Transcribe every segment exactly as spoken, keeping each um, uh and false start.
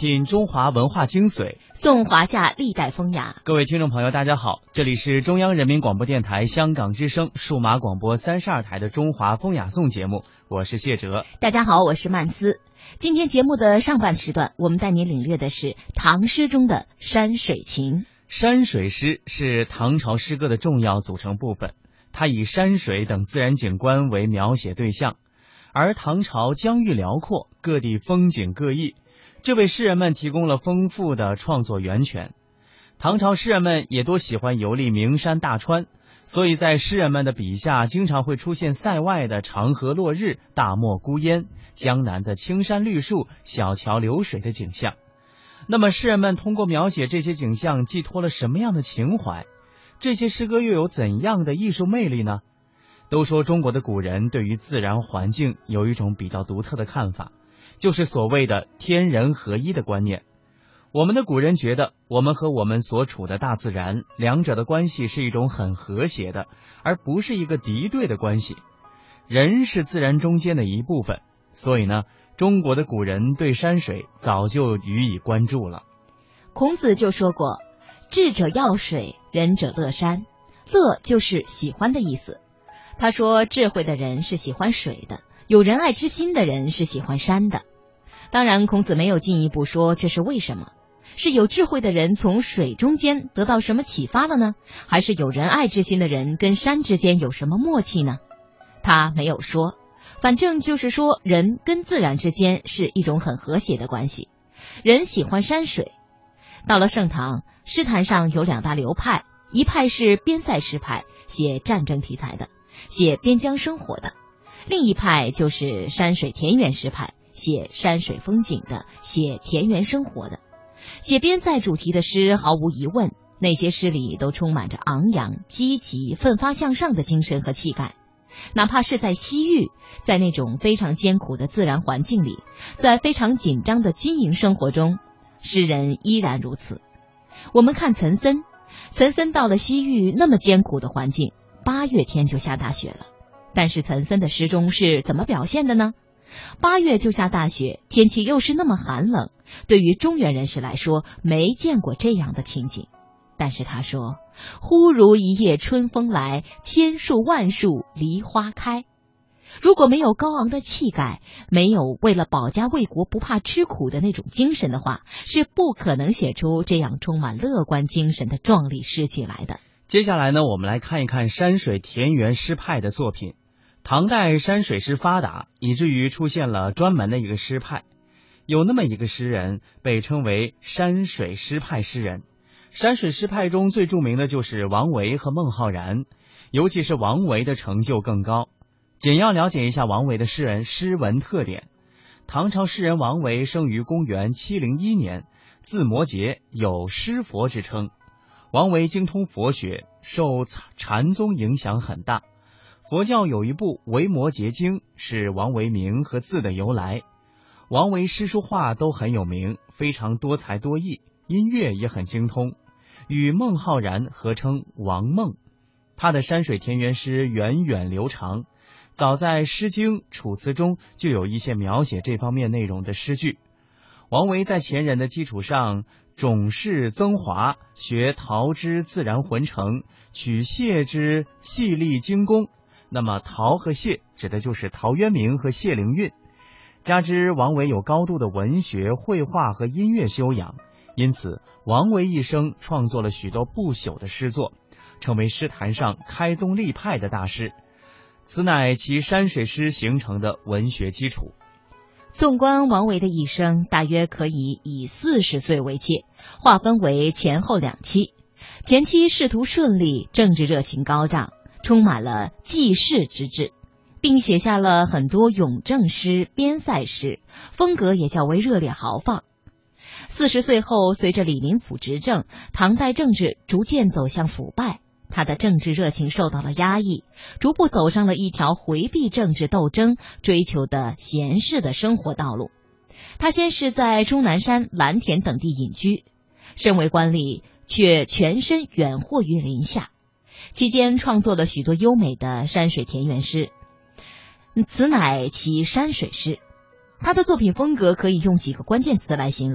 品中华文化精髓， 颂华夏历代风雅。 各位听众朋友大家好，这里是中央人民广播电台香港之声数码广播三十二台的中华风雅颂节目，我是谢哲。 大家好，我是曼斯。今天节目的上半时段，我们带您领略的是唐诗中的山水情。 山水诗是唐朝诗歌的重要组成部分，它以山水等自然景观为描写对象，而唐朝疆域辽阔，各地风景各异，这为诗人们提供了丰富的创作源泉。唐朝诗人们也多喜欢游历名山大川，所以在诗人们的笔下经常会出现塞外的长河落日、大漠孤烟，江南的青山绿树、小桥流水的景象。那么诗人们通过描写这些景象寄托了什么样的情怀？这些诗歌又有怎样的艺术魅力呢？都说中国的古人对于自然环境有一种比较独特的看法，就是所谓的天人合一的观念。我们的古人觉得我们和我们所处的大自然两者的关系是一种很和谐的，而不是一个敌对的关系。人是自然中间的一部分，所以呢，中国的古人对山水早就予以关注了。 孔子就说过，智者要水，仁者乐山。乐就是喜欢的意思。他说智慧的人是喜欢水的，有仁爱之心的人是喜欢山的。当然孔子没有进一步说这是为什么，是有智慧的人从水中间得到什么启发了呢？还是有仁爱之心的人跟山之间有什么默契呢？他没有说，反正就是说人跟自然之间是一种很和谐的关系，人喜欢山水。到了盛唐，诗坛上有两大流派，一派是边塞诗派，写战争题材的，写边疆生活的；另一派就是山水田园诗派，写山水风景的，写田园生活的。写边塞主题的诗毫无疑问，那些诗里都充满着昂扬、积极、奋发向上的精神和气概。哪怕是在西域，在那种非常艰苦的自然环境里，在非常紧张的军营生活中，诗人依然如此。我们看岑参，岑参到了西域那么艰苦的环境，八月天就下大雪了，但是岑参的诗中是怎么表现的呢？八月就下大雪，天气又是那么寒冷，对于中原人士来说没见过这样的情景。但是他说，忽如一夜春风来，千树万树梨花开。如果没有高昂的气概，没有为了保家卫国不怕吃苦的那种精神的话，是不可能写出这样充满乐观精神的壮丽诗句来的。 接下来呢，我们来看一看山水田园诗派的作品。唐代山水诗发达，以至于出现了专门的一个诗派。有那么一个诗人被称为山水诗派诗人。山水诗派中最著名的就是王维和孟浩然，尤其是王维的成就更高。简要了解一下王维的诗人诗文特点。唐朝诗人王维生于公元七零一年，字摩诘，有诗佛之称。王维精通佛学，受禅宗影响很大。佛教有一部《维摩诘经》，是王维名和字的由来。王维诗书画都很有名，非常多才多艺，音乐也很精通，与孟浩然合称王孟。他的山水田园诗源远流长，早在《诗经》《楚辞》中就有一些描写这方面内容的诗句。王维在前人的基础上种饰增华，学陶之自然浑成，取谢之细丽精工。那么陶和谢指的就是陶渊明和谢灵运。加之王维有高度的文学、绘画和音乐修养，因此王维一生创作了许多不朽的诗作，成为诗坛上开宗立派的大师。此乃其山水诗形成的文学基础。 纵观王维的一生，大约可以以四十岁为界，划分为前后两期。前期仕途顺利，政治热情高涨，充满了济世之志，并写下了很多咏正诗、边塞诗，风格也较为热烈豪放。四十岁后，随着李林甫执政，唐代政治逐渐走向腐败，他的政治热情受到了压抑，逐步走上了一条回避政治斗争、追求的闲适的生活道路。他先是在终南山、蓝田等地隐居，身为官吏，却全身远祸于林下。期间创作了许多优美的山水田园诗，此乃其山水诗。他的作品风格可以用几个关键词来形容：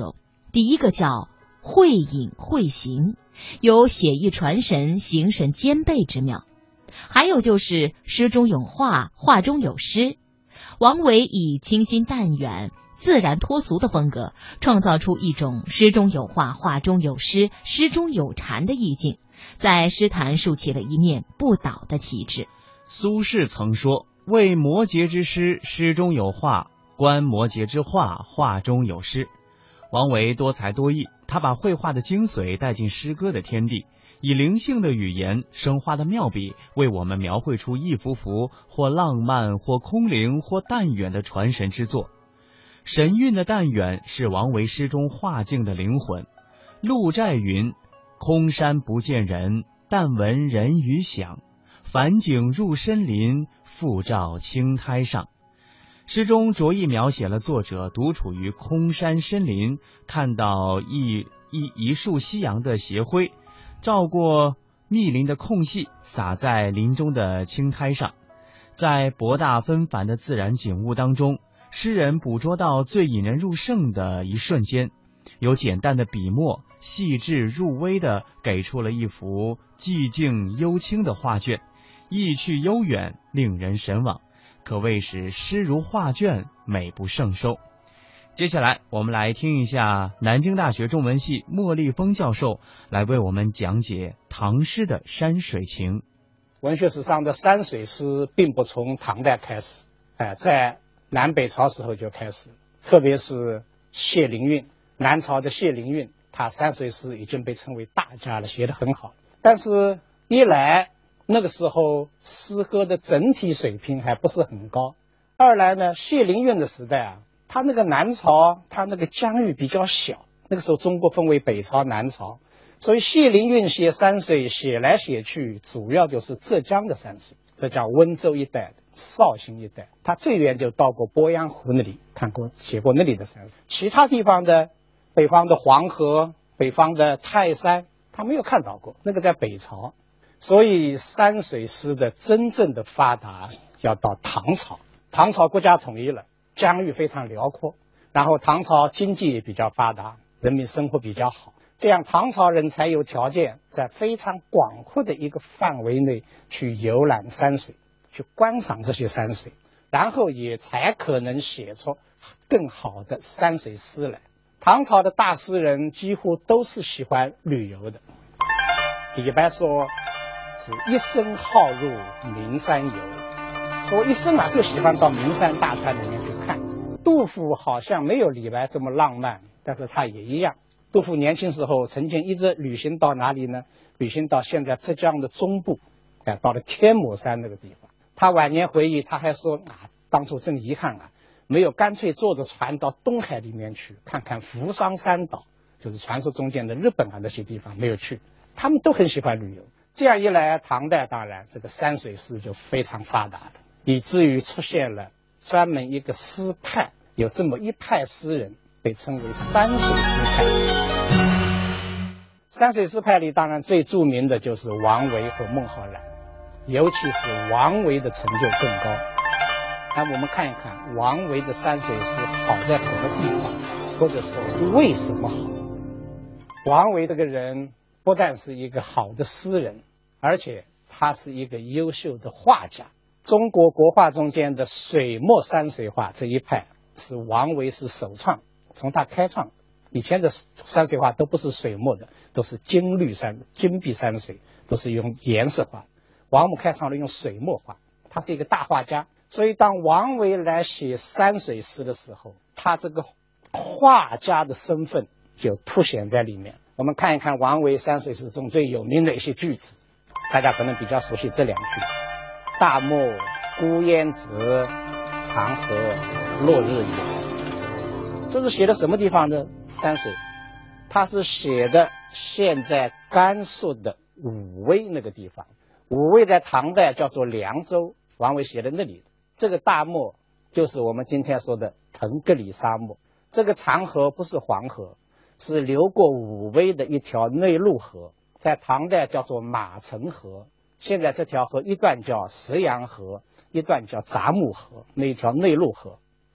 第一个叫会隐会形，有写意传神、形神兼备之妙。还有就是诗中有画，画中有诗。王维以清新淡远、自然脱俗的风格，创造出一种诗中有画，画中有诗，诗中有禅的意境，在诗坛竖起了一面不倒的旗帜。 苏轼曾说：“为摩诘之诗，诗中有画；观摩诘之画，画中有诗。”王维多才多艺，他把绘画的精髓带进诗歌的天地，以灵性的语言、生花的妙笔，为我们描绘出一幅幅或浪漫、或空灵、或淡远的传神之作。神韵的淡远是王维诗中画境的灵魂。陆寨云：“空山不见人，但闻人语响。返景入深林，复照青苔上。”诗中着意描写了作者独处于空山深林，看到一一一束夕阳的斜晖照过密林的空隙，洒在林中的青苔上。在博大纷繁的自然景物当中，诗人捕捉到最引人入胜的一瞬间，有简单的笔墨，细致入微地给出了一幅寂静幽清的画卷，意趣悠远，令人神往，可谓是诗如画卷，美不胜收。接下来我们来听一下南京大学中文系莫立峰教授来为我们讲解唐诗的山水情。 文学史上的山水诗并不从唐代开始，哎，在南北朝时候就开始，特别是谢灵运，南朝的谢灵运，他山水诗已经被称为大家了，写得很好。但是一来那个时候诗歌的整体水平还不是很高，二来呢，谢灵运的时代啊，他那个南朝他那个疆域比较小，那个时候中国分为北朝南朝，所以谢灵运写山水写来写去主要就是浙江的山水，浙江温州一带的绍兴一带，他最远就到过鄱阳湖那里看过写过那里的山水，其他地方的北方的黄河、北方的泰山他没有看到过，那个在北朝。所以山水诗的真正的发达要到唐朝，唐朝国家统一了，疆域非常辽阔，然后唐朝经济也比较发达，人民生活比较好，这样唐朝人才有条件在非常广阔的一个范围内去游览山水，去观赏这些山水，然后也才可能写出更好的山水诗来。唐朝的大诗人几乎都是喜欢旅游的，李白说是一生好入名山游，说一生啊就喜欢到名山大川里面去看。杜甫好像没有李白这么浪漫，但是他也一样。杜甫年轻时候曾经一直旅行到哪里呢？旅行到现在浙江的中部，哎，到了天母山那个地方。他晚年回忆，他还说啊，当初真遗憾啊，没有干脆坐着船到东海里面去看看扶桑山岛，就是传说中间的日本啊那些地方没有去。他们都很喜欢旅游。这样一来，唐代当然这个山水诗就非常发达了，以至于出现了专门一个诗派，有这么一派诗人被称为山水诗派。山水诗派里当然最著名的就是王维和孟浩然，尤其是王维的成就更高。那我们看一看王维的山水诗好在什么地方，或者说为什么好。王维这个人不但是一个好的诗人，而且他是一个优秀的画家。中国国画中间的水墨山水画这一派是王维是首创，从他开创，以前的山水画都不是水墨的，都是金绿山、金碧山水，都是用颜色画。王维开创了用水墨画，他是一个大画家。所以当王维来写山水诗的时候，他这个画家的身份就凸显在里面。我们看一看王维山水诗中最有名的一些句子，大家可能比较熟悉这两句：大漠孤烟直，长河落日圆。这是写的什么地方的山水？它是写的现在甘肃的武威那个地方。武威在唐代叫做凉州，王维写的那里。这个大漠就是我们今天说的腾格里沙漠。这个长河不是黄河，是流过武威的一条内陆河，在唐代叫做马城河。现在这条河一段叫石洋河，一段叫杂木河，那一条内陆河。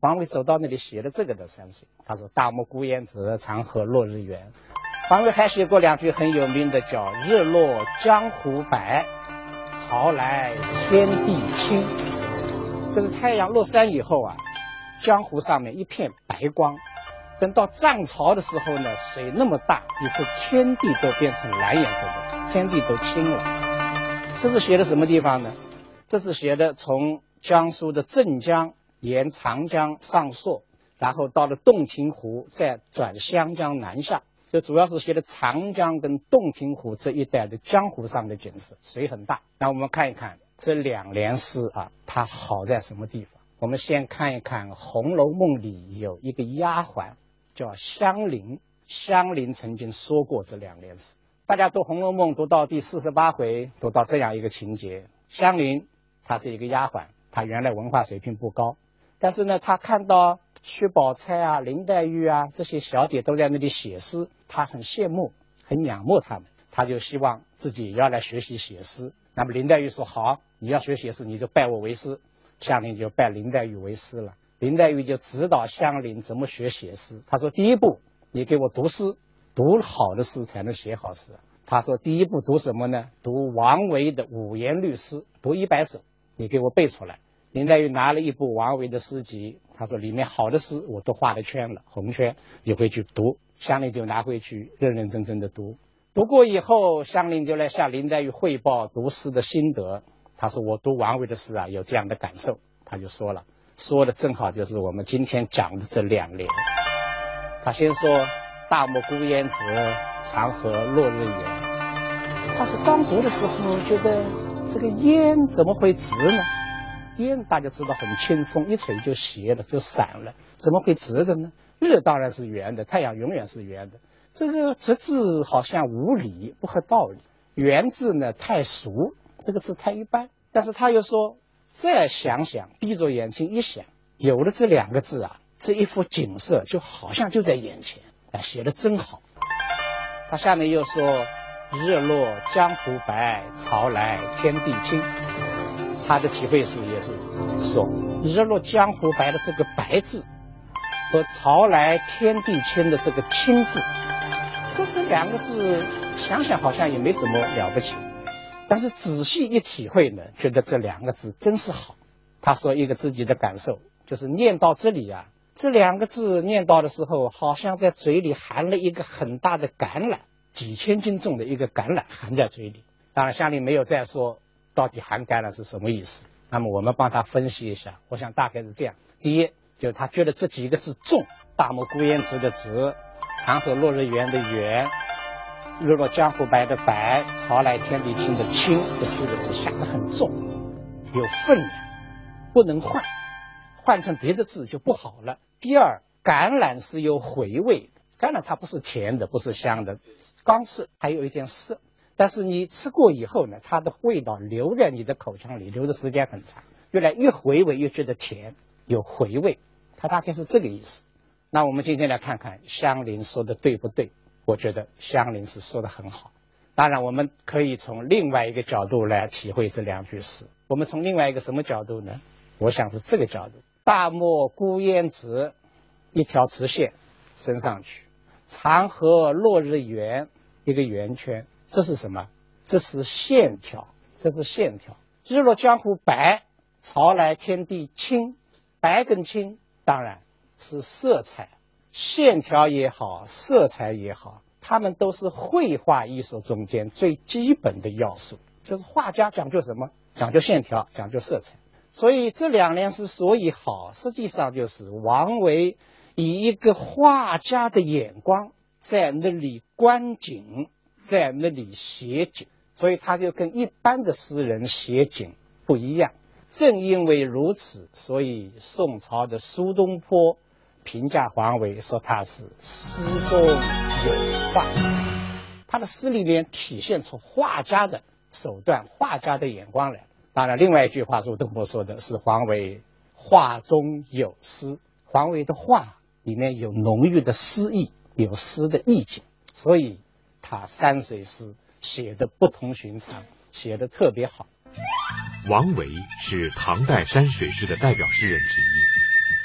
王维走到那里写了这个的山水，他说大漠孤烟直，长河落日圆。王维还写过两句很有名的，叫日落江湖白，潮来天地清。就是太阳落山以后啊，江湖上面一片白光，等到涨潮的时候呢，水那么大，以致天地都变成蓝颜色的，天地都清了。这是写的什么地方呢？这是写的从江苏的镇江沿长江上溯，然后到了洞庭湖，再转湘江南下，就主要是写的长江跟洞庭湖这一带的江湖上的景色，水很大。那我们看一看这两联诗啊，它好在什么地方？我们先看一看《红楼梦》里有一个丫鬟叫香菱，香菱曾经说过这两联诗。大家读《红楼梦》读到第四十八回，读到这样一个情节，香菱她是一个丫鬟，她原来文化水平不高，但是呢，她看到薛宝钗啊、林黛玉啊这些小姐都在那里写诗，她很羡慕，很仰慕她们，她就希望自己也要来学习写诗。那么林黛玉说好，你要学写诗，你就拜我为师。香菱就拜林黛玉为师了。林黛玉就指导香菱怎么学写诗。她说第一步，你给我读诗，读好的诗才能写好诗。她说第一步读什么呢？读王维的五言律诗，读一百首，你给我背出来。林黛玉拿了一部王维的诗集，她说里面好的诗我都画了圈了，红圈，你回去读。香菱就拿回去认认真真的读。读过以后，香菱就来向林黛玉汇报读诗的心得。她说我读王维的诗啊，有这样的感受。她就说了，说的正好就是我们今天讲的这两联。她先说大漠孤烟直，长河落日圆。她说刚读的时候觉得这个烟怎么会直呢？烟大家知道很轻，风一吹就斜了，就散了，怎么会直的呢？日当然是圆的，太阳永远是圆的。这个直字好像无理，不合道理。圆字呢太俗，这个字太一般。但是他又说再想想，闭着眼睛一想，有了这两个字啊，这一幅景色就好像就在眼前，啊，写得真好。他下面又说日落江湖白，潮来天地清。他的体会是也是说日落江湖白的这个白字和潮来天地清的这个清字，说这两个字想想好像也没什么了不起，但是仔细一体会呢，觉得这两个字真是好。他说一个自己的感受，就是念到这里啊，这两个字念到的时候，好像在嘴里含了一个很大的橄榄，几千斤重的一个橄榄含在嘴里。当然香菱没有再说到底含橄榄是什么意思，那么我们帮他分析一下。我想大概是这样，第一就是他觉得这几个字重，大漠孤烟直的直，长河落日圆的圆，日落江湖白的白，潮来天地清的清，这四个字想得很重，有分量，不能换，换成别的字就不好了。第二，橄榄是有回味的，橄榄它不是甜的，不是香的，刚是还有一点涩，但是你吃过以后呢，它的味道留在你的口腔里，留的时间很长，越来越回味，越觉得甜，有回味，它大概是这个意思。那我们今天来看看香菱说的对不对。我觉得香菱是说的很好。当然我们可以从另外一个角度来体会这两句诗。我们从另外一个什么角度呢？我想是这个角度，大漠孤烟直，一条直线升上去，长河落日圆，一个圆圈，这是什么？这是线条，这是线条。日落江湖白，潮来天地清，白跟清当然是色彩，线条也好，色彩也好，它们都是绘画艺术中间最基本的要素。就是画家讲究什么？讲究线条，讲究色彩。所以这两联诗所以好，实际上就是王维以一个画家的眼光在那里观景，在那里写景，所以他就跟一般的诗人写景不一样。正因为如此，所以宋朝的苏东坡评价王维说他是诗中有画，他的诗里面体现出画家的手段，画家的眼光来。当然另外一句话苏东坡说的是王维画中有诗，王维的画里面有浓郁的诗意，有诗的意境，所以他山水诗写的不同寻常，写的特别好。 王维是唐代山水诗的代表诗人之一，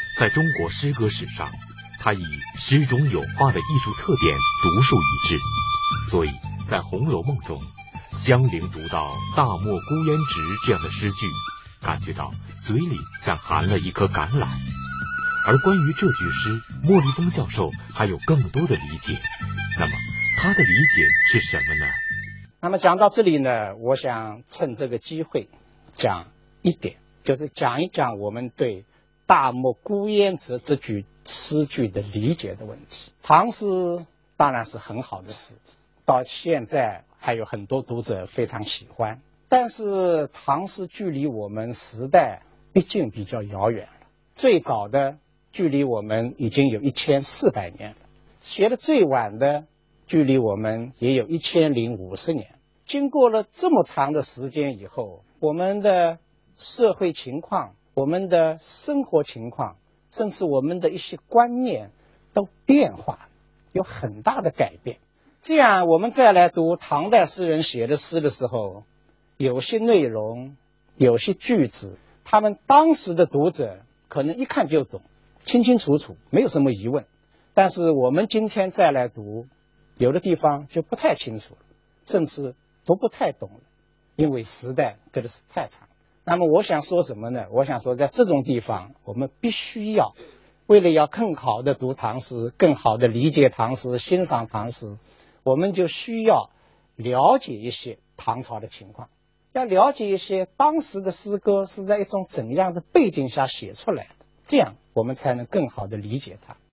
在中国诗歌史上，它以诗中有画的艺术特点独树一帜，所以在《红楼梦》中，香菱读到“大漠孤烟直”这样的诗句，感觉到嘴里像含了一颗橄榄。而关于这句诗，莫立峰教授还有更多的理解。那么他的理解是什么呢？ 那么讲到这里呢，我想趁这个机会讲一点，就是讲一讲我们对“大漠孤烟直”这句诗句的理解的问题。唐诗当然是很好的诗，到现在还有很多读者非常喜欢，但是唐诗距离我们时代毕竟比较遥远了，最早的距离我们已经有一千四百年了，写的最晚的距离我们也有一千零五十年。经过了这么长的时间以后，我们的社会情况、我们的生活情况，甚至我们的一些观念都变化，有很大的改变。这样我们再来读唐代诗人写的诗的时候，有些内容、有些句子，他们当时的读者可能一看就懂，清清楚楚，没有什么疑问。但是我们今天再来读，有的地方就不太清楚了，甚至读不太懂了，因为时代隔的是太长。那么我想说什么呢？我想说在这种地方，我们必须要为了要更好的读唐诗，更好的理解唐诗，欣赏唐诗，我们就需要了解一些唐朝的情况，要了解一些当时的诗歌是在一种怎样的背景下写出来的，这样我们才能更好的理解它。